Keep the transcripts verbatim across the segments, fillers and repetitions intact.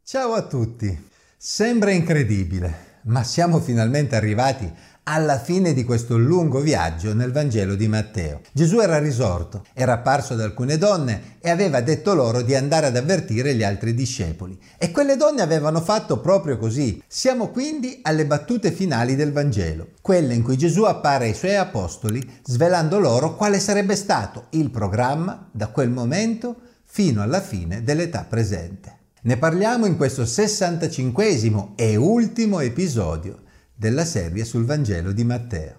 Ciao a tutti! Sembra incredibile, ma siamo finalmente arrivati alla fine di questo lungo viaggio nel Vangelo di Matteo. Gesù era risorto, era apparso ad alcune donne e aveva detto loro di andare ad avvertire gli altri discepoli. E quelle donne avevano fatto proprio così. Siamo quindi alle battute finali del Vangelo, quelle in cui Gesù appare ai suoi apostoli svelando loro quale sarebbe stato il programma da quel momento fino alla fine dell'età presente. Ne parliamo in questo sessantacinquesimo e ultimo episodio della serie sul Vangelo di Matteo.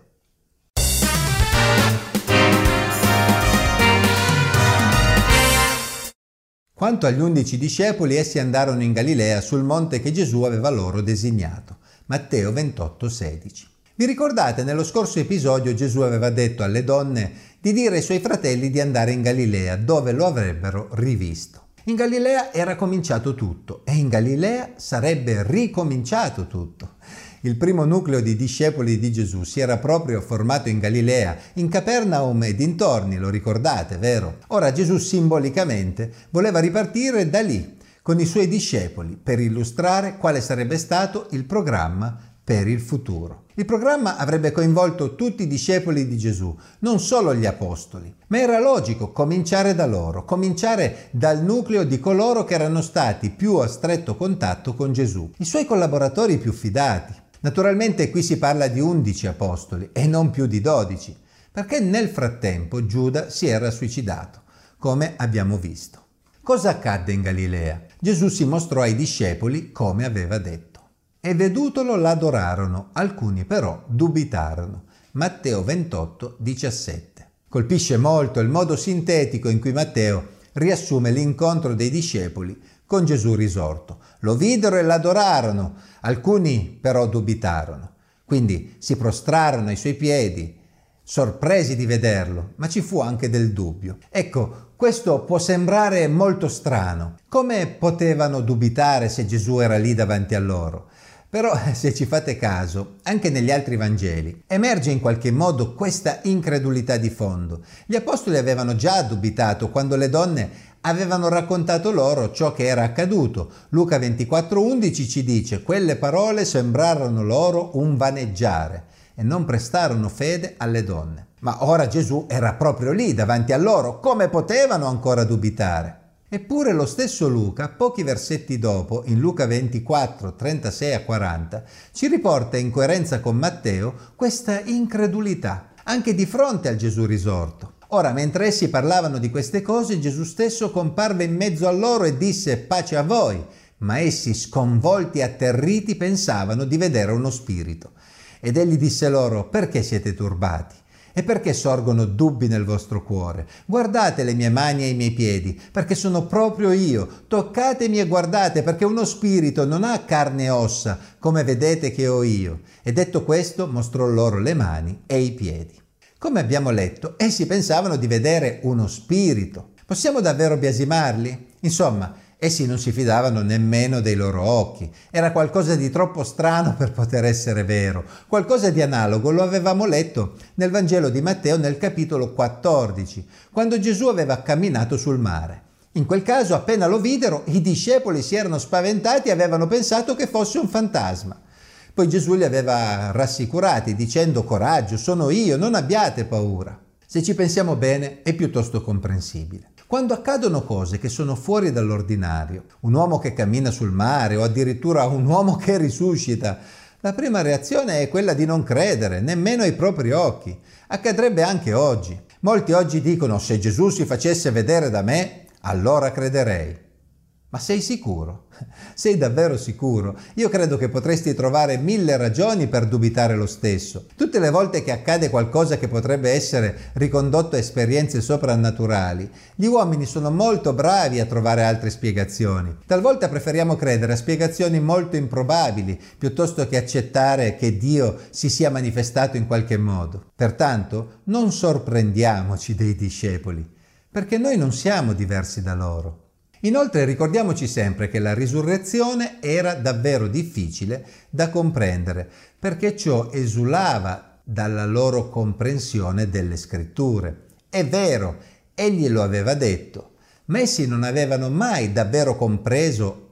Quanto agli undici discepoli, essi andarono in Galilea sul monte che Gesù aveva loro designato. Matteo ventotto sedici. Vi ricordate, nello scorso episodio Gesù aveva detto alle donne di dire ai suoi fratelli di andare in Galilea, dove lo avrebbero rivisto. In Galilea era cominciato tutto e in Galilea sarebbe ricominciato tutto. Il primo nucleo di discepoli di Gesù si era proprio formato in Galilea, in Capernaum e dintorni, lo ricordate, vero? Ora Gesù simbolicamente voleva ripartire da lì, con i suoi discepoli, per illustrare quale sarebbe stato il programma per il futuro. Il programma avrebbe coinvolto tutti i discepoli di Gesù, non solo gli apostoli, ma era logico cominciare da loro, cominciare dal nucleo di coloro che erano stati più a stretto contatto con Gesù, i suoi collaboratori più fidati. Naturalmente qui si parla di undici apostoli e non più di dodici, perché nel frattempo Giuda si era suicidato, come abbiamo visto. Cosa accadde in Galilea? Gesù si mostrò ai discepoli come aveva detto. E vedutolo l'adorarono, alcuni però dubitarono. Matteo ventotto diciassette. Colpisce molto il modo sintetico in cui Matteo riassume l'incontro dei discepoli con Gesù risorto. Lo videro e l'adorarono, alcuni però dubitarono. Quindi si prostrarono ai suoi piedi, sorpresi di vederlo, ma ci fu anche del dubbio. Ecco, questo può sembrare molto strano. Come potevano dubitare se Gesù era lì davanti a loro? Però, se ci fate caso, anche negli altri Vangeli emerge in qualche modo questa incredulità di fondo. Gli apostoli avevano già dubitato quando le donne avevano raccontato loro ciò che era accaduto. Luca ventiquattro undici ci dice: quelle parole sembrarono loro un vaneggiare e non prestarono fede alle donne. Ma ora Gesù era proprio lì davanti a loro, come potevano ancora dubitare? Eppure lo stesso Luca, pochi versetti dopo, in Luca ventiquattro trentasei a quaranta, ci riporta in coerenza con Matteo questa incredulità, anche di fronte al Gesù risorto. Ora, mentre essi parlavano di queste cose, Gesù stesso comparve in mezzo a loro e disse: pace a voi. Ma essi, sconvolti e atterriti, pensavano di vedere uno spirito. Ed egli disse loro: perché siete turbati? E perché sorgono dubbi nel vostro cuore? Guardate le mie mani e i miei piedi, perché sono proprio io. Toccatemi e guardate, perché uno spirito non ha carne e ossa, come vedete che ho io. E detto questo, mostrò loro le mani e i piedi. Come abbiamo letto, essi pensavano di vedere uno spirito. Possiamo davvero biasimarli? Insomma, essi non si fidavano nemmeno dei loro occhi. Era qualcosa di troppo strano per poter essere vero. Qualcosa di analogo lo avevamo letto nel Vangelo di Matteo nel capitolo quattordici, quando Gesù aveva camminato sul mare. In quel caso, appena lo videro, i discepoli si erano spaventati e avevano pensato che fosse un fantasma. Poi Gesù li aveva rassicurati dicendo: coraggio, sono io, non abbiate paura. Se ci pensiamo bene, è piuttosto comprensibile. Quando accadono cose che sono fuori dall'ordinario, un uomo che cammina sul mare o addirittura un uomo che risuscita, la prima reazione è quella di non credere, nemmeno ai propri occhi. Accadrebbe anche oggi. Molti oggi dicono: se Gesù si facesse vedere da me, allora crederei. Ma sei sicuro? Sei davvero sicuro? Io credo che potresti trovare mille ragioni per dubitare lo stesso. Tutte le volte che accade qualcosa che potrebbe essere ricondotto a esperienze soprannaturali, gli uomini sono molto bravi a trovare altre spiegazioni. Talvolta preferiamo credere a spiegazioni molto improbabili, piuttosto che accettare che Dio si sia manifestato in qualche modo. Pertanto, non sorprendiamoci dei discepoli, perché noi non siamo diversi da loro. Inoltre ricordiamoci sempre che la risurrezione era davvero difficile da comprendere, perché ciò esulava dalla loro comprensione delle scritture. È vero, egli lo aveva detto, ma essi non avevano mai davvero compreso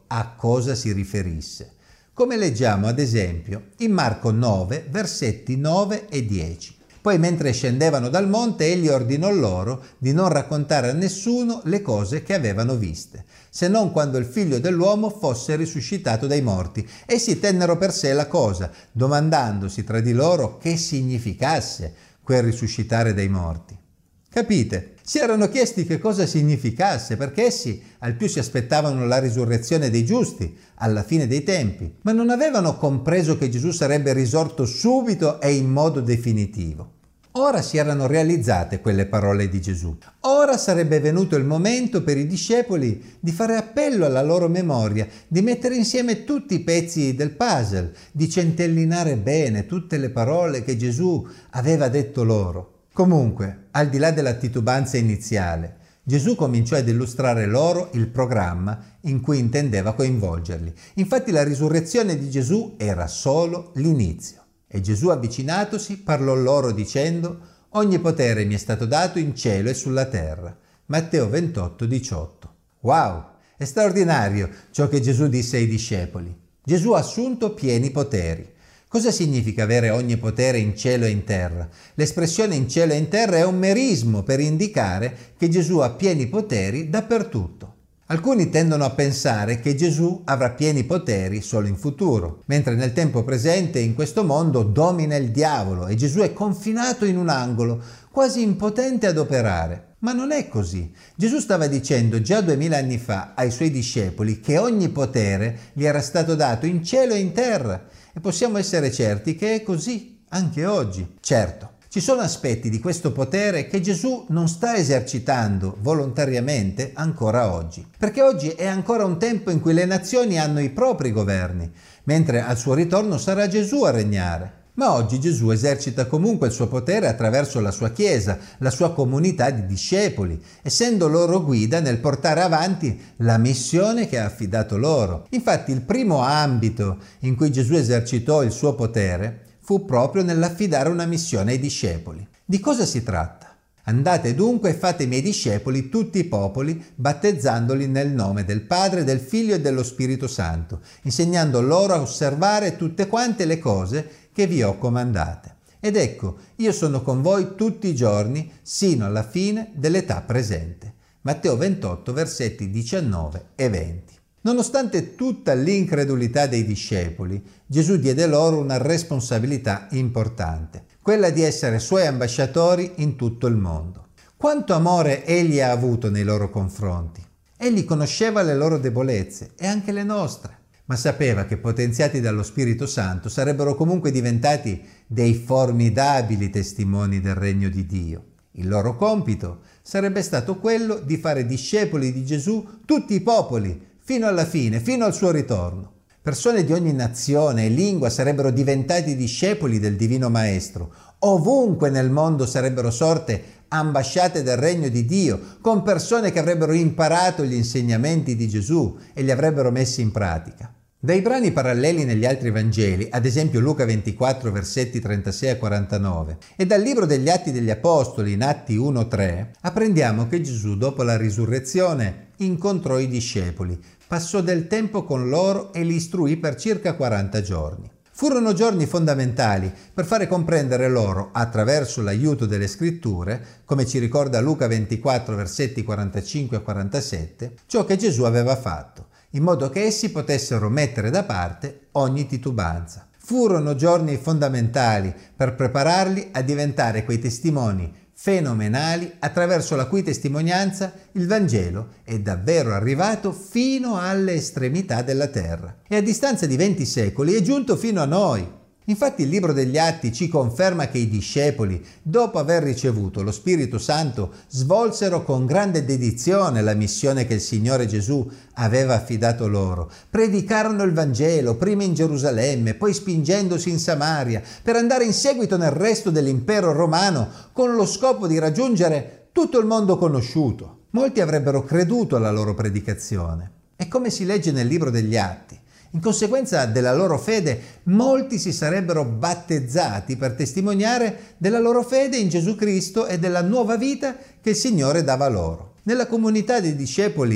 a cosa si riferisse, come leggiamo ad esempio in Marco nove, versetti nove e dieci. Poi mentre scendevano dal monte egli ordinò loro di non raccontare a nessuno le cose che avevano viste, se non quando il figlio dell'uomo fosse risuscitato dai morti. Essi tennero per sé la cosa, domandandosi tra di loro che significasse quel risuscitare dai morti. Capite? Si erano chiesti che cosa significasse, perché essi al più si aspettavano la risurrezione dei giusti alla fine dei tempi, ma non avevano compreso che Gesù sarebbe risorto subito e in modo definitivo. Ora si erano realizzate quelle parole di Gesù. Ora sarebbe venuto il momento per i discepoli di fare appello alla loro memoria, di mettere insieme tutti i pezzi del puzzle, di centellinare bene tutte le parole che Gesù aveva detto loro. Comunque, al di là della titubanza iniziale, Gesù cominciò ad illustrare loro il programma in cui intendeva coinvolgerli. Infatti la risurrezione di Gesù era solo l'inizio. E Gesù, avvicinatosi, parlò loro dicendo: «Ogni potere mi è stato dato in cielo e sulla terra». Matteo ventotto, diciotto. Wow! È straordinario ciò che Gesù disse ai discepoli. Gesù ha assunto pieni poteri. Cosa significa avere ogni potere in cielo e in terra? L'espressione in cielo e in terra è un merismo per indicare che Gesù ha pieni poteri dappertutto. Alcuni tendono a pensare che Gesù avrà pieni poteri solo in futuro, mentre nel tempo presente in questo mondo domina il diavolo e Gesù è confinato in un angolo, quasi impotente ad operare. Ma non è così. Gesù stava dicendo già duemila anni fa ai suoi discepoli che ogni potere gli era stato dato in cielo e in terra. E possiamo essere certi che è così anche oggi. Certo, ci sono aspetti di questo potere che Gesù non sta esercitando volontariamente ancora oggi, perché oggi è ancora un tempo in cui le nazioni hanno i propri governi, mentre al suo ritorno sarà Gesù a regnare. Ma oggi Gesù esercita comunque il suo potere attraverso la sua Chiesa, la sua comunità di discepoli, essendo loro guida nel portare avanti la missione che ha affidato loro. Infatti il primo ambito in cui Gesù esercitò il suo potere fu proprio nell'affidare una missione ai discepoli. Di cosa si tratta? Andate dunque e fate miei discepoli tutti i popoli, battezzandoli nel nome del Padre, del Figlio e dello Spirito Santo, insegnando loro a osservare tutte quante le cose che vi ho comandate. Ed ecco, io sono con voi tutti i giorni, sino alla fine dell'età presente. Matteo ventotto, versetti diciannove e venti. Nonostante tutta l'incredulità dei discepoli, Gesù diede loro una responsabilità importante, quella di essere suoi ambasciatori in tutto il mondo. Quanto amore egli ha avuto nei loro confronti. Egli conosceva le loro debolezze e anche le nostre, ma sapeva che potenziati dallo Spirito Santo sarebbero comunque diventati dei formidabili testimoni del regno di Dio. Il loro compito sarebbe stato quello di fare discepoli di Gesù tutti i popoli, fino alla fine, fino al suo ritorno. Persone di ogni nazione e lingua sarebbero diventati discepoli del Divino Maestro. Ovunque nel mondo sarebbero sorte ambasciate del regno di Dio, con persone che avrebbero imparato gli insegnamenti di Gesù e li avrebbero messi in pratica. Dai brani paralleli negli altri Vangeli, ad esempio Luca ventiquattro, versetti trentasei a quarantanove, e dal libro degli Atti degli Apostoli in Atti uno tre, apprendiamo che Gesù, dopo la risurrezione, incontrò i discepoli, passò del tempo con loro e li istruì per circa quaranta giorni. Furono giorni fondamentali per fare comprendere loro, attraverso l'aiuto delle scritture, come ci ricorda Luca ventiquattro, versetti quarantacinque a quarantasette, ciò che Gesù aveva fatto, in modo che essi potessero mettere da parte ogni titubanza. Furono giorni fondamentali per prepararli a diventare quei testimoni fenomenali attraverso la cui testimonianza il Vangelo è davvero arrivato fino alle estremità della terra e a distanza di venti secoli è giunto fino a noi. Infatti il libro degli Atti ci conferma che i discepoli, dopo aver ricevuto lo Spirito Santo, svolsero con grande dedizione la missione che il Signore Gesù aveva affidato loro. Predicarono il Vangelo, prima in Gerusalemme, poi spingendosi in Samaria, per andare in seguito nel resto dell'impero romano, con lo scopo di raggiungere tutto il mondo conosciuto. Molti avrebbero creduto alla loro predicazione. E come si legge nel libro degli Atti, in conseguenza della loro fede, molti si sarebbero battezzati per testimoniare della loro fede in Gesù Cristo e della nuova vita che il Signore dava loro. Nella comunità dei discepoli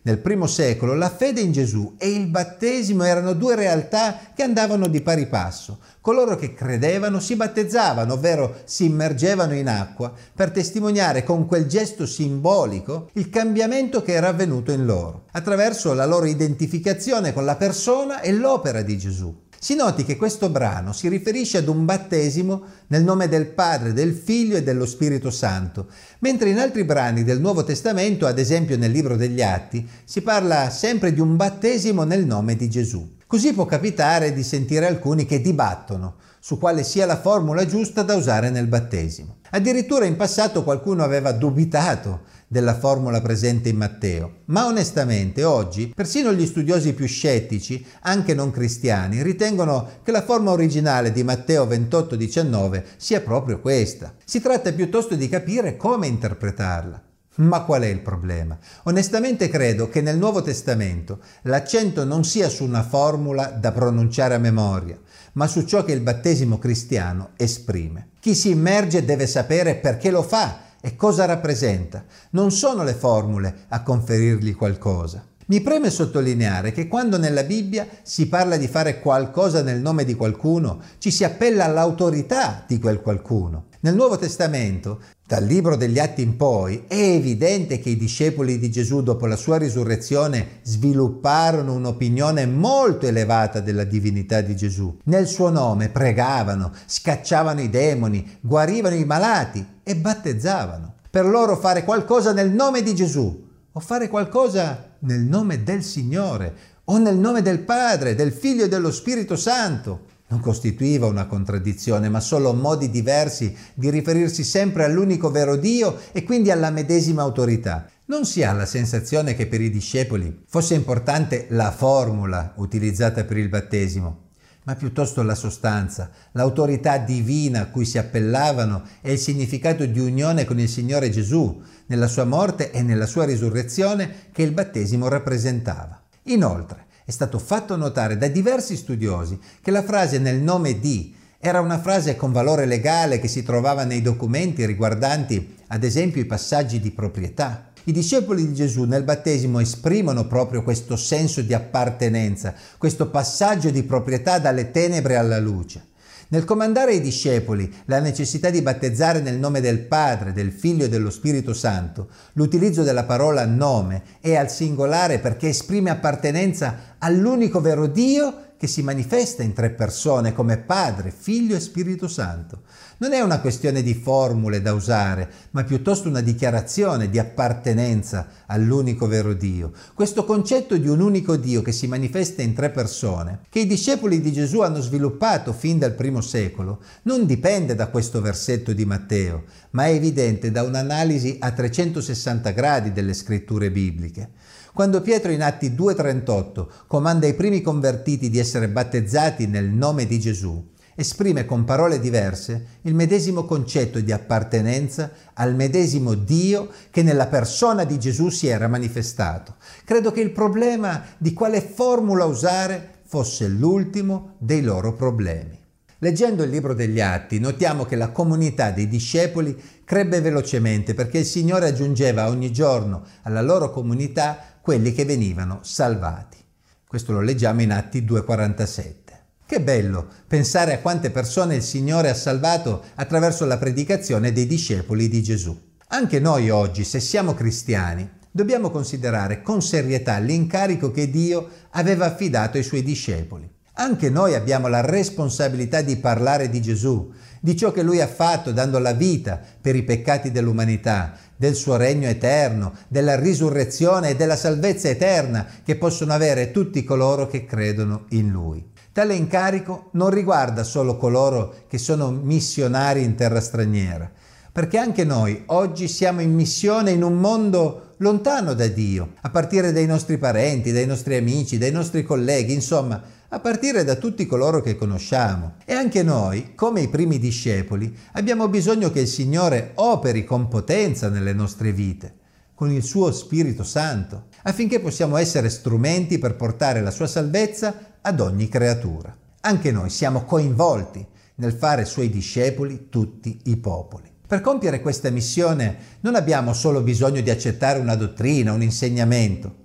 Nel primo secolo la fede in Gesù e il battesimo erano due realtà che andavano di pari passo. Coloro che credevano si battezzavano, ovvero si immergevano in acqua, per testimoniare con quel gesto simbolico il cambiamento che era avvenuto in loro, attraverso la loro identificazione con la persona e l'opera di Gesù. Si noti che questo brano si riferisce ad un battesimo nel nome del Padre, del Figlio e dello Spirito Santo, mentre in altri brani del Nuovo Testamento, ad esempio nel Libro degli Atti, si parla sempre di un battesimo nel nome di Gesù. Così può capitare di sentire alcuni che dibattono su quale sia la formula giusta da usare nel battesimo. Addirittura in passato qualcuno aveva dubitato della formula presente in Matteo, ma onestamente oggi persino gli studiosi più scettici, anche non cristiani, ritengono che la forma originale di Matteo ventotto diciannove sia proprio questa. Si tratta piuttosto di capire come interpretarla. Ma qual è il problema? Onestamente credo che nel Nuovo Testamento l'accento non sia su una formula da pronunciare a memoria, ma su ciò che il battesimo cristiano esprime. Chi si immerge deve sapere perché lo fa e cosa rappresenta. Non sono le formule a conferirgli qualcosa. Mi preme sottolineare che quando nella Bibbia si parla di fare qualcosa nel nome di qualcuno, ci si appella all'autorità di quel qualcuno. Nel Nuovo Testamento, dal Libro degli Atti in poi, è evidente che i discepoli di Gesù dopo la sua risurrezione svilupparono un'opinione molto elevata della divinità di Gesù. Nel suo nome pregavano, scacciavano i demoni, guarivano i malati e battezzavano. Per loro fare qualcosa nel nome di Gesù o fare qualcosa nel nome del Signore o nel nome del Padre, del Figlio e dello Spirito Santo non costituiva una contraddizione, ma solo modi diversi di riferirsi sempre all'unico vero Dio e quindi alla medesima autorità. Non si ha la sensazione che per i discepoli fosse importante la formula utilizzata per il battesimo, ma piuttosto la sostanza, l'autorità divina a cui si appellavano e il significato di unione con il Signore Gesù nella sua morte e nella sua risurrezione che il battesimo rappresentava. Inoltre, è stato fatto notare da diversi studiosi che la frase nel nome di era una frase con valore legale che si trovava nei documenti riguardanti, ad esempio, i passaggi di proprietà. I discepoli di Gesù nel battesimo esprimono proprio questo senso di appartenenza, questo passaggio di proprietà dalle tenebre alla luce. Nel comandare ai discepoli la necessità di battezzare nel nome del Padre, del Figlio e dello Spirito Santo, l'utilizzo della parola nome è al singolare perché esprime appartenenza all'unico vero Dio che si manifesta in tre persone come Padre, Figlio e Spirito Santo. Non è una questione di formule da usare, ma piuttosto una dichiarazione di appartenenza all'unico vero Dio. Questo concetto di un unico Dio che si manifesta in tre persone, che i discepoli di Gesù hanno sviluppato fin dal primo secolo, non dipende da questo versetto di Matteo, ma è evidente da un'analisi a trecentosessanta gradi delle scritture bibliche. Quando Pietro in Atti due trentotto comanda ai primi convertiti di essere battezzati nel nome di Gesù, esprime con parole diverse il medesimo concetto di appartenenza al medesimo Dio che nella persona di Gesù si era manifestato. Credo che il problema di quale formula usare fosse l'ultimo dei loro problemi. Leggendo il Libro degli Atti notiamo che la comunità dei discepoli crebbe velocemente perché il Signore aggiungeva ogni giorno alla loro comunità quelli che venivano salvati. Questo lo leggiamo in Atti due quarantasette. Che bello pensare a quante persone il Signore ha salvato attraverso la predicazione dei discepoli di Gesù. Anche noi oggi, se siamo cristiani, dobbiamo considerare con serietà l'incarico che Dio aveva affidato ai suoi discepoli. Anche noi abbiamo la responsabilità di parlare di Gesù, di ciò che Lui ha fatto dando la vita per i peccati dell'umanità, del suo regno eterno, della risurrezione e della salvezza eterna che possono avere tutti coloro che credono in Lui. Tale incarico non riguarda solo coloro che sono missionari in terra straniera, perché anche noi oggi siamo in missione in un mondo lontano da Dio, a partire dai nostri parenti, dai nostri amici, dai nostri colleghi, insomma, a partire da tutti coloro che conosciamo. E anche noi, come i primi discepoli, abbiamo bisogno che il Signore operi con potenza nelle nostre vite, con il suo Spirito Santo, affinché possiamo essere strumenti per portare la sua salvezza ad ogni creatura. Anche noi siamo coinvolti nel fare suoi discepoli tutti i popoli. Per compiere questa missione non abbiamo solo bisogno di accettare una dottrina, un insegnamento,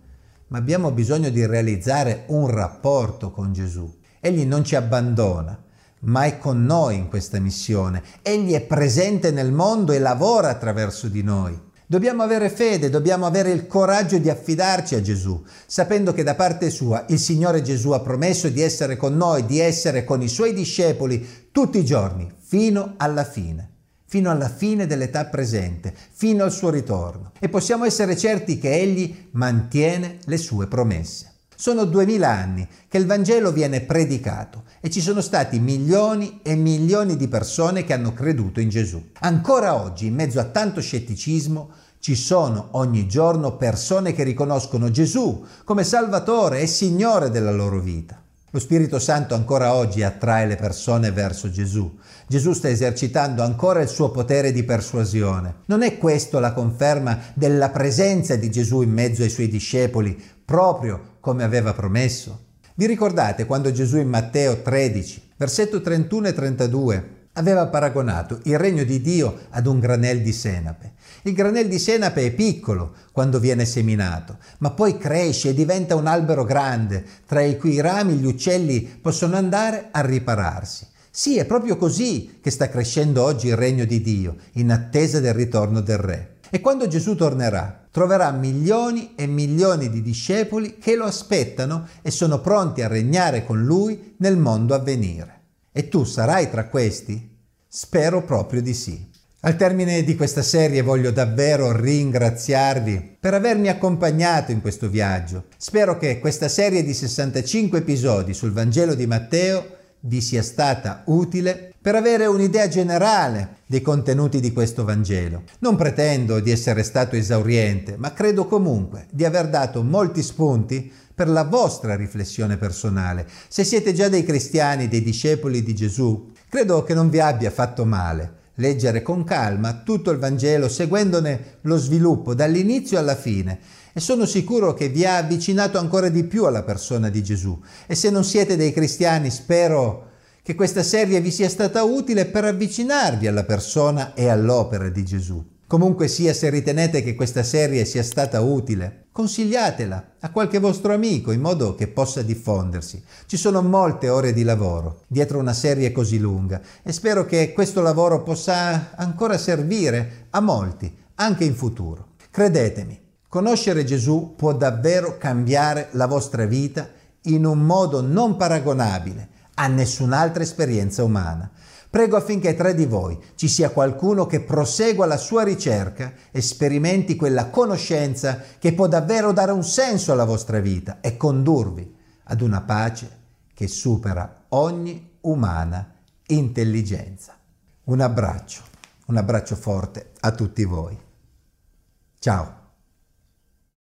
ma abbiamo bisogno di realizzare un rapporto con Gesù. Egli non ci abbandona, ma è con noi in questa missione. Egli è presente nel mondo e lavora attraverso di noi. Dobbiamo avere fede, dobbiamo avere il coraggio di affidarci a Gesù, sapendo che da parte sua il Signore Gesù ha promesso di essere con noi, di essere con i suoi discepoli tutti i giorni, fino alla fine. Fino alla fine dell'età presente, fino al suo ritorno. E possiamo essere certi che Egli mantiene le sue promesse. Sono duemila anni che il Vangelo viene predicato e ci sono stati milioni e milioni di persone che hanno creduto in Gesù. Ancora oggi, in mezzo a tanto scetticismo, ci sono ogni giorno persone che riconoscono Gesù come Salvatore e Signore della loro vita. Lo Spirito Santo ancora oggi attrae le persone verso Gesù. Gesù sta esercitando ancora il suo potere di persuasione. Non è questo la conferma della presenza di Gesù in mezzo ai suoi discepoli, proprio come aveva promesso? Vi ricordate quando Gesù in Matteo tredici, versetto trentuno e trentadue, aveva paragonato il regno di Dio ad un granel di senape? Il granel di senape è piccolo quando viene seminato, ma poi cresce e diventa un albero grande, tra i cui rami gli uccelli possono andare a ripararsi. Sì, è proprio così che sta crescendo oggi il regno di Dio, in attesa del ritorno del Re. E quando Gesù tornerà, troverà milioni e milioni di discepoli che lo aspettano e sono pronti a regnare con Lui nel mondo a venire. E tu sarai tra questi? Spero proprio di sì. Al termine di questa serie voglio davvero ringraziarvi per avermi accompagnato in questo viaggio. Spero che questa serie di sessantacinque episodi sul Vangelo di Matteo vi sia stata utile per avere un'idea generale dei contenuti di questo Vangelo. Non pretendo di essere stato esauriente, ma credo comunque di aver dato molti spunti per la vostra riflessione personale. Se siete già dei cristiani, dei discepoli di Gesù, credo che non vi abbia fatto male leggere con calma tutto il Vangelo, seguendone lo sviluppo dall'inizio alla fine, e sono sicuro che vi ha avvicinato ancora di più alla persona di Gesù. E se non siete dei cristiani, spero che questa serie vi sia stata utile per avvicinarvi alla persona e all'opera di Gesù. Comunque sia, se ritenete che questa serie sia stata utile, consigliatela a qualche vostro amico in modo che possa diffondersi. Ci sono molte ore di lavoro dietro una serie così lunga e spero che questo lavoro possa ancora servire a molti, anche in futuro. Credetemi, conoscere Gesù può davvero cambiare la vostra vita in un modo non paragonabile a nessun'altra esperienza umana. Prego affinché tra di voi ci sia qualcuno che prosegua la sua ricerca e sperimenti quella conoscenza che può davvero dare un senso alla vostra vita e condurvi ad una pace che supera ogni umana intelligenza. Un abbraccio, un abbraccio forte a tutti voi. Ciao!